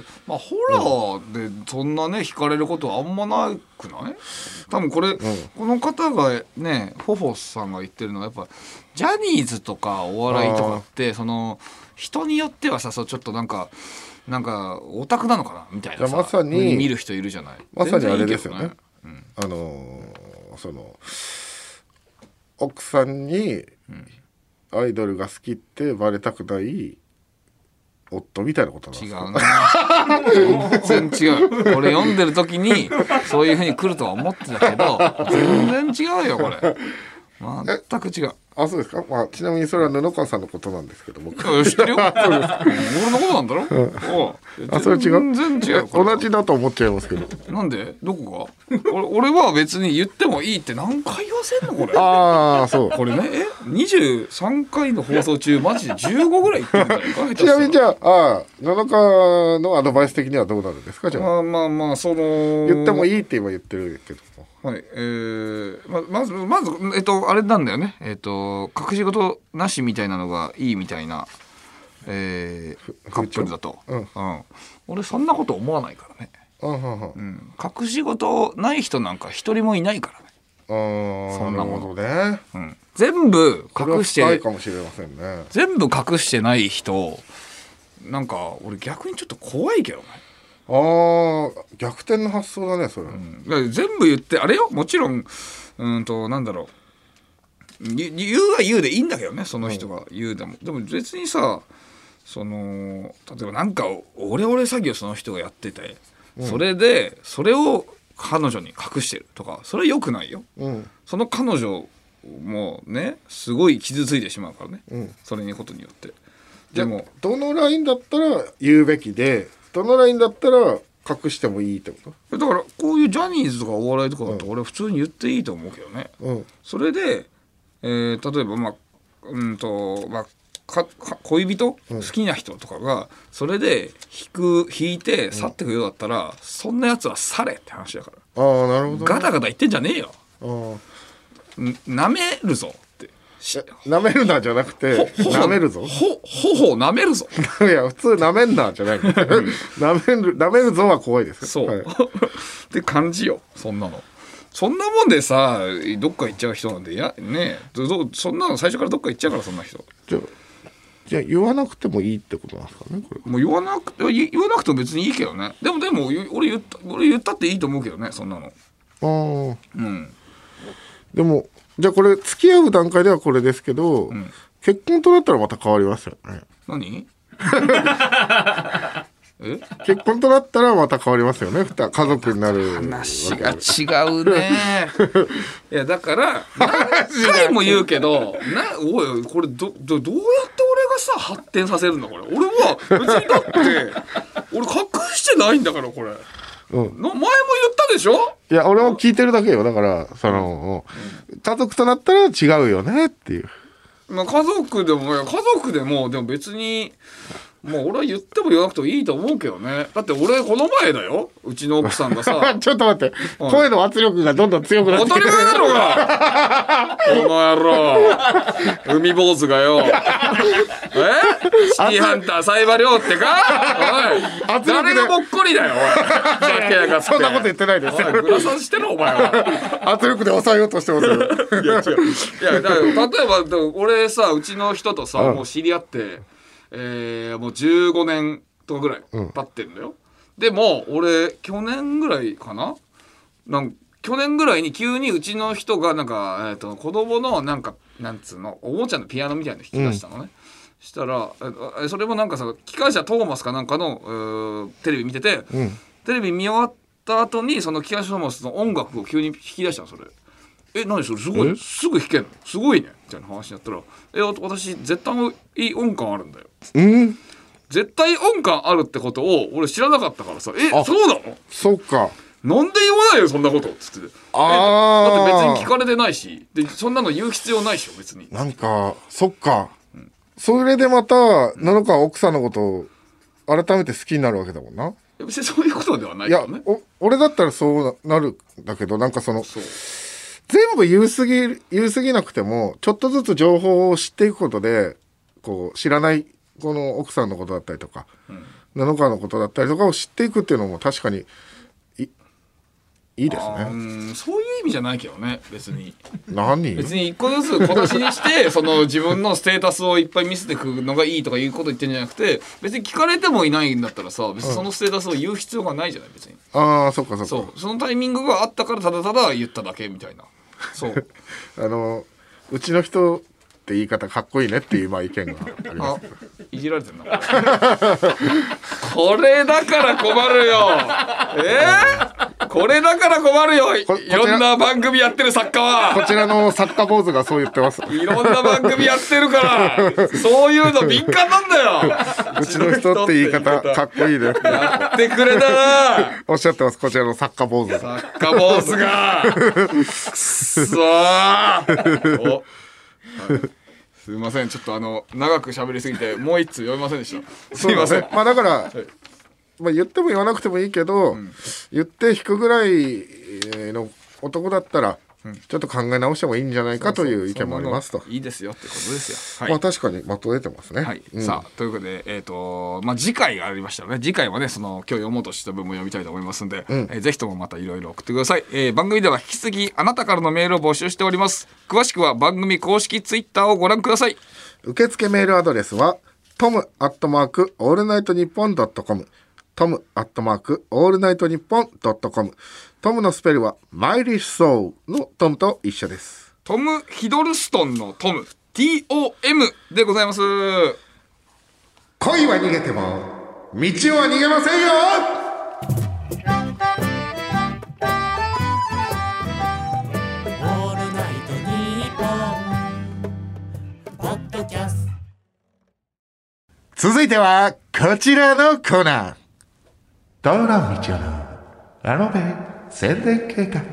まあホラーでそんなね惹かれることはあんまなくない？多分これ、この方がね、フォフォさんが言ってるのはやっぱジャニーズとかお笑いとかって、その人によってはさ、ちょっとなんかなんかオタクなのかなみたいなさ、 まさに見る人いるじゃない。 まさにあれですよね。その奥さんにアイドルが好きってバレたくない夫みたいなことなんですか。 違うな全然違う。俺読んでる時にそういう風に来るとは思ってたけど全然違うよこれ。全く違う。 あ、そうですか。まあちなみにそれは布川さんのことなんですけど、僕知ってるよ。俺のことなんだろ。 あ、それ違う。 全然違う。 同じだと思っちゃいますけど。 なんで？どこが？俺は別に言ってもいいって何回言わせんのこれ。 ああ、そう。 これね、23回の放送中マジで15ぐらい言ってるんじゃないか。 ちなみにじゃあ、布川のアドバイス的にはどうなるんですか。じゃあ。 まあその言ってもいいって今言ってるけど。 はい、まずあれなんだよね。隠し事なしみたいなのがいいみたいな、カップルだと、俺そんなこと思わないからね。隠し事ない人なんか一人もいないからね。そんなものね。 全部隠してないかもしれませんね。 全部隠してない人なんか俺逆にちょっと怖いけどね。 逆転の発想だねそれ。 全部言ってあれよ。もちろんなんだろう、言うは言うでいいんだけどね、その人が言うでも。でも別にさ、その例えばなんかオレオレ詐欺をその人がやってて、それでそれを彼女に隠してるとか、それは良くないよ。その彼女もねすごい傷ついてしまうからね、それにことによって。でもどのラインだったら言うべきで、どのラインだったら隠してもいいってこと？ だからこういうジャニーズとかお笑いとかだと俺は普通に言っていいと思うけどね。それで、例えば恋人、好きな人とかがそれで引いて去ってくようだったら、そんなやつは去れって話だから。 なるほど、ね、 ガタガタ言ってんじゃねえよ。なめるぞ。 なめるなじゃなくてなめるぞ。 頬なめるぞ。 いや普通なめんなじゃないなめるぞは怖いです。 そう、って感じよ。そんなもんでさどっか行っちゃう人なんでね、そんなの最初からどっか行っちゃうから、そんな人じゃあ言わなくてもいいってことなんですかね。これもう言わなくても別にいいけどね。でも俺言ったっていいと思うけどね、そんなの。 でもじゃあこれ付き合う段階ではこれですけど、結婚となったらまた変わりますよね。 何結婚となったらまた変わりますよね。家族になる話が違うね。いやだから何回も言うけどおいこれどうやって俺がさ発展させるんだこれ。俺は別にだって俺隠してないんだからこれ。前も言ったでしょ。 いや俺も聞いてるだけよ。だからその、家族となったら違うよねっていう。 まあ家族でもでも別にもう俺は言っても言わなくてもいいと思うけどね。だって俺この前だよ、うちの奥さんがさちょっと待って、声の圧力がどんどん強くなって当たり前だろうがこの野郎海坊主がよシティハンターサイバリョウってか。おい誰がもっこりだよおい。 そんなこと言ってないですよ。 グラサンしてろお前は。 圧力で抑えようとしてますよ。 いや違う。いやだから例えば俺さうちの人とさ、もう知り合ってもう15年とかぐらい経ってるんだよ。でも俺去年ぐらいかな、去年ぐらいに急にうちの人がなんか、子供のなんつうのおもちゃのピアノみたいなの弾き出したのね。したらそれもなんかさ機関車トーマスかなんかのテレビ見てて、テレビ見終わった後にその機関車トーマスの音楽を急に弾き出したの。それ何それすごいすぐ弾けんのすごいねみたいな話になったら私絶対いい音感あるんだよ。絶対音感あるってことを俺知らなかったからさ。そうなの？ そっか。 なんで言わないよそんなことっつって。だって別に聞かれてないしでそんなの言う必要ないでしょ別に。 なんかそっか、それでまた布川奥さんのことを改めて好きになるわけだもんな。 別にそういうことではないからね。 いや俺だったらそうなるんだけど、なんかその全部言い過ぎなくてもちょっとずつ情報を知っていくことでこう知らないこの奥さんのことだったりとか、布川のことだったりとかを知っていくっていうのも確かにいいですね。 そういう意味じゃないけどね、別に別に一個ずつ小出しにしてその自分のステータスをいっぱい見せていくのがいいとかいうこと言ってんじゃなくて、別に聞かれてもいないんだったらさ、別にそのステータスを言う必要がないじゃない、別に。 ああ、そっか。 そのタイミングがあったからただただ言っただけみたいな。そううちの人って言い方かっこいいねっていう意見があります。 いじられてんなこれだから困るよ。これだから困るよ。いろんな番組やってる作家は。 こちらの作家坊主がそう言ってます。 いろんな番組やってるからそういうの敏感なんだよ。 うちの人って言い方かっこいいね。 やってくれたな。 おっしゃってます、こちらの作家坊主。 作家坊主がくっそーすいません、ちょっと長く喋りすぎてもう一通読みませんでした。すいません。 だから、言っても言わなくてもいいけど、言って引くぐらいの男だったらちょっと考え直してもいいんじゃないかという意見もありますと。 いいですよってことですよ。 確かにまとえてますね。 さあということで次回がありましたので、次回はねその今日読もうとした文も読みたいと思いますので、ぜひともまたいろいろ送ってください。番組では引き続きあなたからのメールを募集しております。詳しくは番組公式ツイッターをご覧ください。 受付メールアドレスはtom@allnightnippon.com tom@allnightnippon.com。 トムのスペルはマイリッソーのトムと一緒です。 トム・ヒドルストンのトム TOM でございます。 恋は逃げても道は逃げませんよ。 オールナイトニッポンポッドキャスト。 続いてはこちらのコーナー、道路道のラノベ宣伝計画。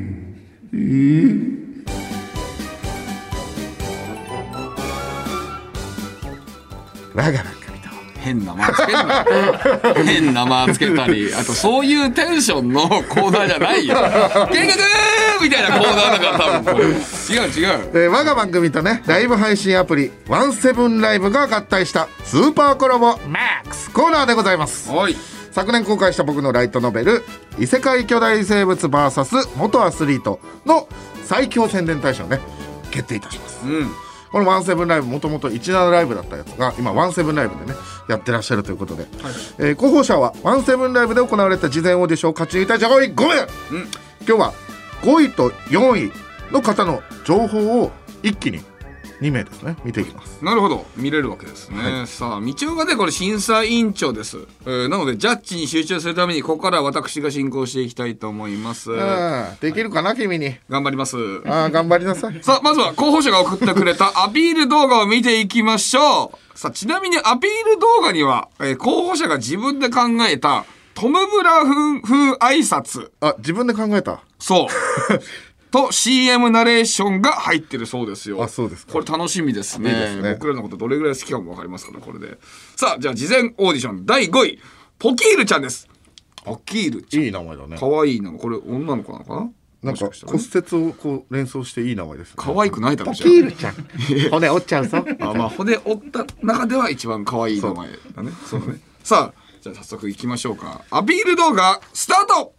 我が番組と変な間つけんな変な間つけたり、あとそういうテンションのコーナーじゃないよ。計画みたいなコーナーだから多分違う。 我が番組とねライブ配信アプリワンセブンライブが合体したスーパーコラボマックスコーナーでございます。昨年公開した僕のライトノベル異世界巨大生物 VS 元アスリートの最強宣伝大賞ね決定いたします。このワンセブンライブもともと17ライブだったやつが今ワンセブンライブでねやってらっしゃるということで、候補者はワンセブンライブで行われた事前オーディションを勝ち抜いた上位5名、今日は5位と4位の方の情報を一気に2名ですね見ていきます。 なるほど、見れるわけですね。さあ道夫がねこれ審査委員長です。なのでジャッジに集中するためにここから私が進行していきたいと思います。 できるかな君に。 頑張ります。 頑張りなさい。 さあまずは候補者が送ってくれたアピール動画を見ていきましょう。さあちなみにアピール動画には、候補者が自分で考えたトム・ブラウン風挨拶、 自分で考えたそうと CM ナレーションが入ってるそうですよ。 そうですか。 これ楽しみですね。いいですね。僕らのことどれぐらい好きかも分かりますからこれで。さあじゃあ事前オーディション第5位ポキールちゃんです。ポキールちゃん、 いい名前だね。 かわいいな。これ女の子なのかな。 なんか骨折をこう連想していい名前ですね。 可愛くないだろ。 ポキールちゃん骨折っちゃうぞ骨折った中では一番可愛い名前だね。そうね。さあじゃあ早速いきましょうか。アピール動画スタート。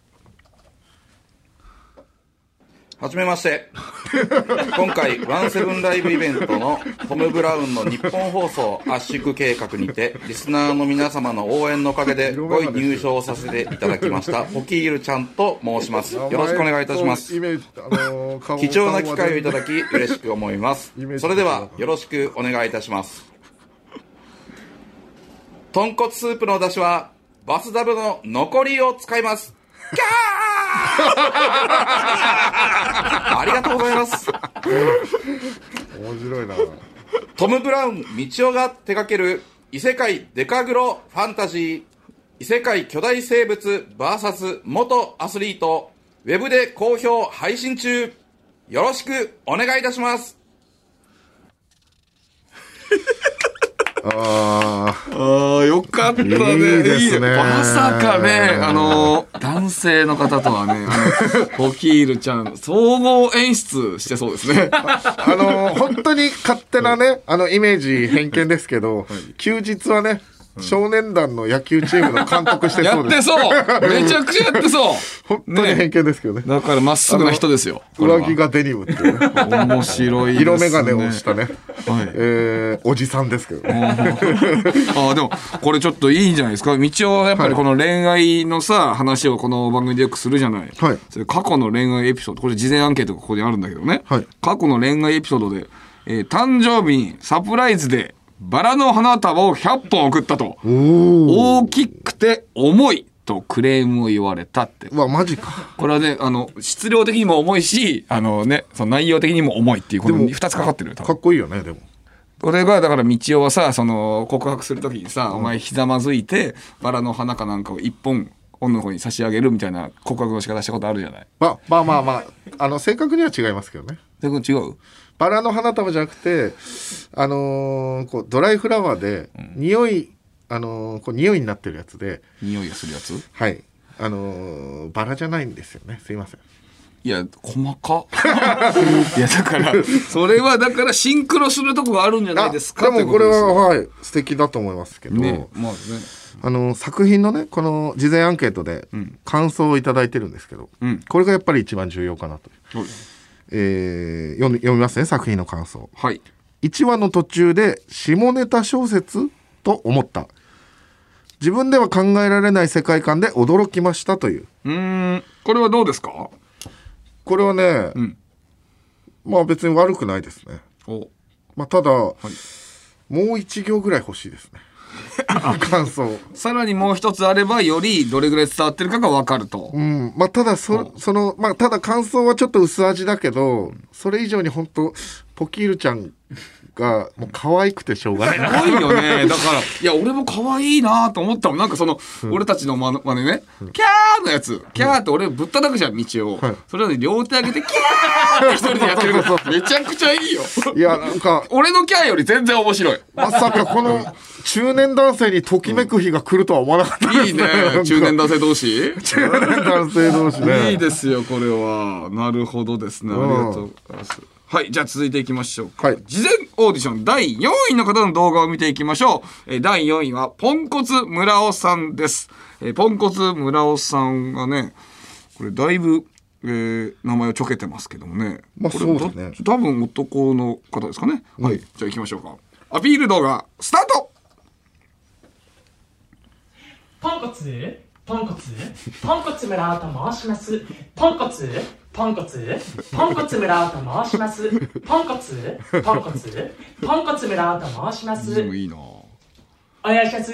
はじめまして。今回ワンセブンライブイベントのトム・ブラウンの日本放送圧縮計画にてリスナーの皆様の応援のおかげで5位入賞させていただきましたポキールちゃんと申します。よろしくお願いいたします。貴重な機会をいただき嬉しく思います。それではよろしくお願いいたします。豚骨スープの出汁はバスダブの残りを使います。キャーありがとうございます。 面白いな。 トム・ブラウン道夫が手掛ける異世界デカグロファンタジー異世界巨大生物 VS 元アスリートウェブで好評配信中。よろしくお願いいたします。 よかったね。 いいですね。 まさかね男性の方とはねポキールちゃん総合演出してそうですね。 本当に勝手なねイメージ偏見ですけど、休日はね少年団の野球チームの監督してそうです。 やってそうめちゃくちゃやってそう本当に偏見ですけどね。 だからまっすぐな人ですよ。 上着がデニムっていうね。 面白いですね。 色眼鏡をしたね、おじさんですけどね。 でもこれちょっといいんじゃないですか。道夫はやっぱりこの恋愛のさ話をこの番組でよくするじゃない、はい、それ過去の恋愛エピソード、これ事前アンケートがここにあるんだけどね、はい、過去の恋愛エピソードで、誕生日にサプライズでバラの花束を100本送ったと、大きくて重いとクレームを言われたって。 うわマジか。 これはね質量的にも重いしその内容的にも重いっていうこの2つかかってる。 かっこいいよね。でもこれがだから道夫はさその告白する時にさ、お前ひざまずいてバラの花かなんかを1本女の子に差し上げるみたいな告白の仕方したことあるじゃない。 まあ正確には違いますけどね。 正確に違う。 バラの花束じゃなくてこうドライフラワーで匂いこう匂いになってるやつで匂いがするやつ。 はい。バラじゃないんですよね。すいません。 いや細かいやだからそれはだからシンクロするとこがあるんじゃないですか。 でもこれははい素敵だと思いますけど、ね、まあね作品のねこの事前アンケートで感想をいただいてるんですけど、これがやっぱり一番重要かなと。読みますね作品の感想。 はい。 1話の途中で下ネタ小説と思った。自分では考えられない世界観で驚きましたという。 これはどうですか。 これはね、まあ別に悪くないですね。まあただ、もう一行ぐらい欲しいですね。感想。 さらにもう一つあればよりどれぐらい伝わってるかが分かると。 まあただただ感想はちょっと薄味だけど、それ以上に本当ポキールちゃんがもう可愛くてしょうがない。 可愛いよね。だからいや俺も可愛いなと思ったもん。なんか俺たちの真似ね、キャーのやつ、キャーって俺ぶったたくじゃん道を、それを両手上げてキャーって一人でやってるからめちゃくちゃいいよ。 いやなんか俺のキャーより全然面白い。 まさかこの中年男性にときめく日が来るとは思わなかったですね。 いいね中年男性同士。 中年男性同士ね。 いいですよこれは。なるほどですね。ありがとうございます。はい、じゃあ続いていきましょうか、事前オーディション第4位の方の動画を見ていきましょう。第4位はポンコツ村尾さんです。ポンコツ村尾さんがねこれだいぶ、名前をちょけてますけどもね、 まあそうですね、 多分男の方ですかね、はい、じゃあ行きましょうか。アピール動画スタート。 ポンコツポンコツポンコツ村尾と申します。ポンコツポンコツポンコツ村尾と申します。ポンコツポンコツポンコツ村尾と申します。 いいな。 お願いします。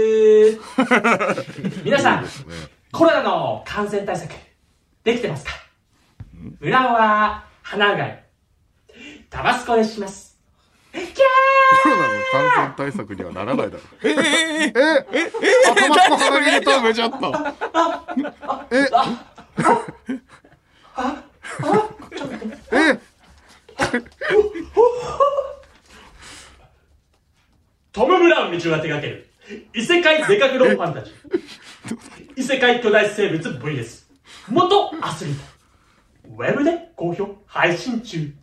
皆さんコロナの感染対策できてますか。村尾は鼻うがいタバスコでします。キャー。 コロナの感染対策にはならないだろ。タバスコ鼻に入れた。 めちゃった。 トム・ブラウン道夫が手掛ける異世界デカグロファンタジー異世界巨大生物 VS 元アスリートウェブで好評配信中。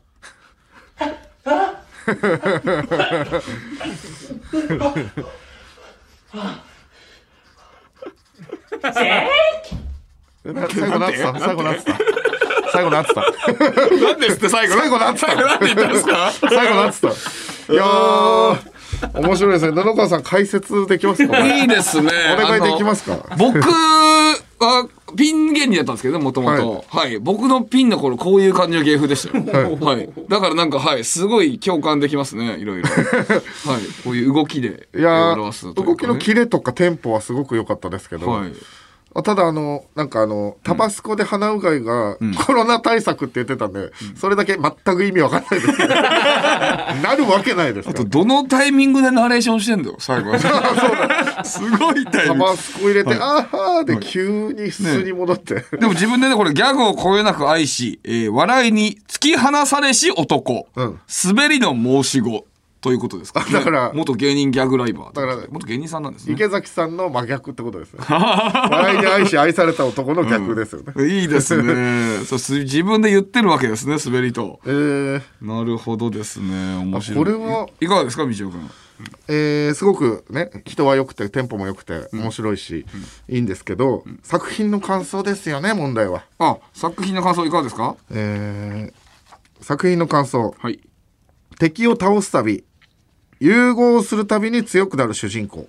最後なってた。最後なってた。最後なってた。 何ですって最後。 最後なってた。 何て言ったんですか。 最後なってた。いやー面白いですね。布川さん解説できますか。 いいですね。 お願いできますか。 僕はピン芸人だったんですけどもともと、はい僕のピンの頃こういう感じの芸風でしたよ。はい、だからなんかすごい共感できますね。いろいろ。はいこういう動きで表すというかね。動きのキレとかテンポはすごく良かったですけど。ただなんかタバスコで鼻うがいがコロナ対策って言ってたんで、それだけ全く意味わかんないですけどなるわけないです。 あとどのタイミングでナレーションしてんだよ最後。すごいタイミング。 タバスコ入れて、あーで急に普通に戻って、 でも自分でねこれギャグをこよなく愛し、笑いに突き放されし男、滑りの申し子ということですか、 だから元芸人ギャグライバーだから元芸人さんなんですね。 池崎さんの真逆ってことですね。笑いに愛し愛された男の逆ですよね。 いいですね。そう自分で言ってるわけですね、滑りと。なるほどですね。面白い。 これはいかがですか、みちおくん。 すごくね、人は良くてテンポも良くて面白いし、いいんですけど、作品の感想ですよね、問題は。 作品の感想いかがですか。 作品の感想、 はい、 敵を倒すたび融合するたびに強くなる主人公、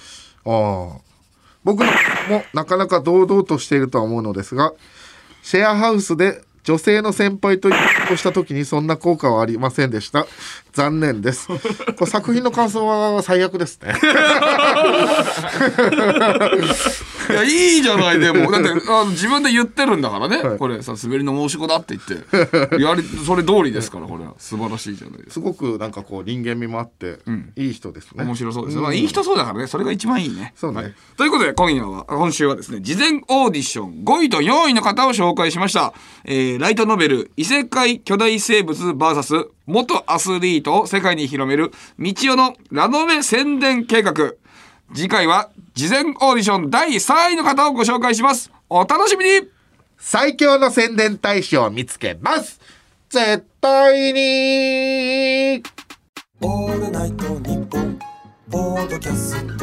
僕もなかなか堂々としているとは思うのですが、シェアハウスで女性の先輩とした時にそんな効果はありませんでした。残念です。これ作品の感想は最悪ですね。 いや、いいじゃない。でもだって自分で言ってるんだからね、はい、これさ、滑りの申し子だって言ってそれ通りですから、これは素晴らしいじゃないですか。 すごくなんかこう人間味もあって、いい人ですね。 面白そうです、いい人そうだからね、それが一番いいね。 そうね、 はい、ということで今週はですね、事前オーディション5位と4位の方を紹介しました。ライトノベル異世界巨大生物 VS 元アスリートを世界に広めるみちおのラノベ宣伝計画。次回は事前オーディション第3位の方をご紹介します。お楽しみに。 最強の宣伝大使を見つけます。絶対に。 オールナイトニッポンポッドキャスト。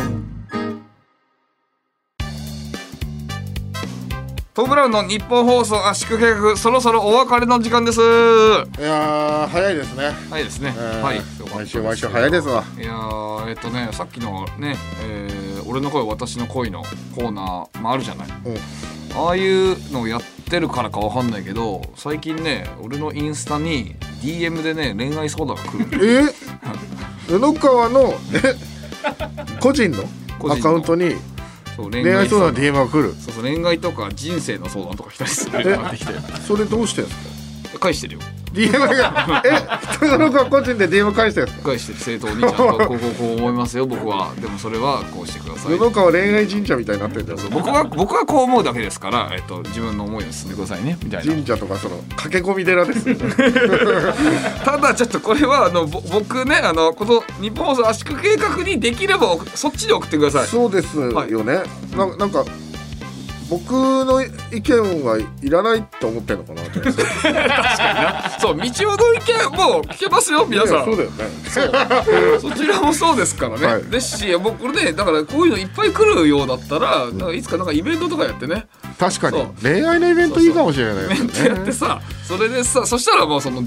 トム・ブラウンの日本放送圧縮計画、そろそろお別れの時間です。いや早いですね。 早いですね。はい。 毎週早いですわ。 いやさっきのね、俺の声私の恋のコーナーもあるじゃない。ああいうのをやってるからかわかんないけど、最近ね、俺のインスタに DM でね、恋愛相談が来る。 布川の個人のアカウントに恋愛相談の DM が来る。 そう恋愛とか人生の相談とか来たりするようになってきて。 それどうしてんですか。 返してるよ。 DM が人の個人で DM 返してるんですか。 返してる。正当にちゃんとこう思いますよ僕は。でもそれはこうしてください。 布川恋愛神社みたいになってるんだよ。 僕はこう思うだけですから、自分の思いを進んでくださいねみたいな。 神社とかその駆け込み寺ですよね。 ただちょっとこれは僕ね、この日本放送圧縮計画にできればそっちで送ってください。 そうですよね。なんか僕の意見はいらないと思ってるのかなって確かにな。そう、道夫の意見も聞けますよ皆さん。 そうだよね。 そちらもそうですからね、ですし、僕ね、だからこういうのいっぱい来るようだったら、なんかいつかなんかイベントとかやってね。 確かに恋愛のイベントいいかもしれないイベントやってさ、それでさ、そしたらもうその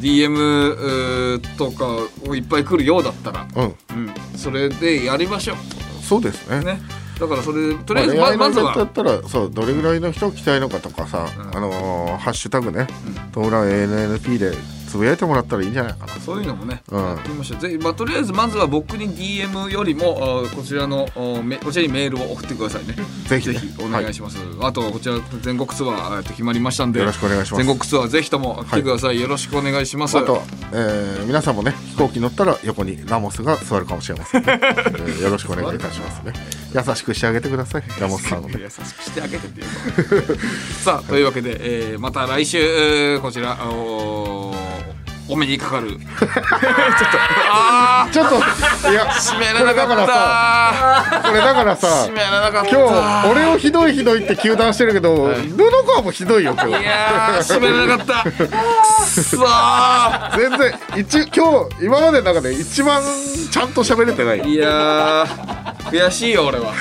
DM とかをいっぱい来るようだったら、それでやりましょう。 そうですね。 だからそれとりあえずまずはだったらそうどれぐらいの人を来たいのかとかさ、ハッシュタグね、トムラン ANNP でつぶやいてもらったらいいんじゃないかな。 そういうのもね、やってみましょう。ぜひ、とりあえずまずは僕に DM よりもこちらにメールを送ってくださいね。ぜひお願いします。あとこちら全国ツアー決まりましたんで、 よろしくお願いします。 全国ツアーぜひとも来てください。よろしくお願いします。 あと皆さんもね、飛行機乗ったら横にラモスが座るかもしれませんね。よろしくお願いいたしますね。優しくしてあげてください、ラモスさんをね。優しくしてあげてっていうさあ、というわけで、また来週こちらお目にかかるちょっといや締められなかった。これだからさ、締められなかった。今日俺をひどいって糾弾してるけど、布川もひどいよ今日。いや締められなかったくそー。全然今日今までの中で一番ちゃんと喋れてない。いや悔しいよ俺は。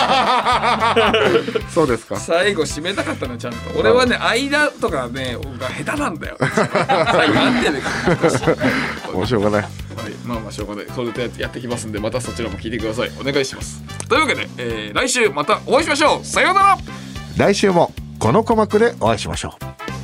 そうですか。最後締めたかったのちゃんと。俺はね、間とかねが下手なんだよ。最後なんてねもうしょうがない。はい、まあしょうがない。それでやってきますんで、またそちらも聞いてください。お願いします。というわけで、来週またお会いしましょう。さようなら。来週もこの鼓膜でお会いしましょう。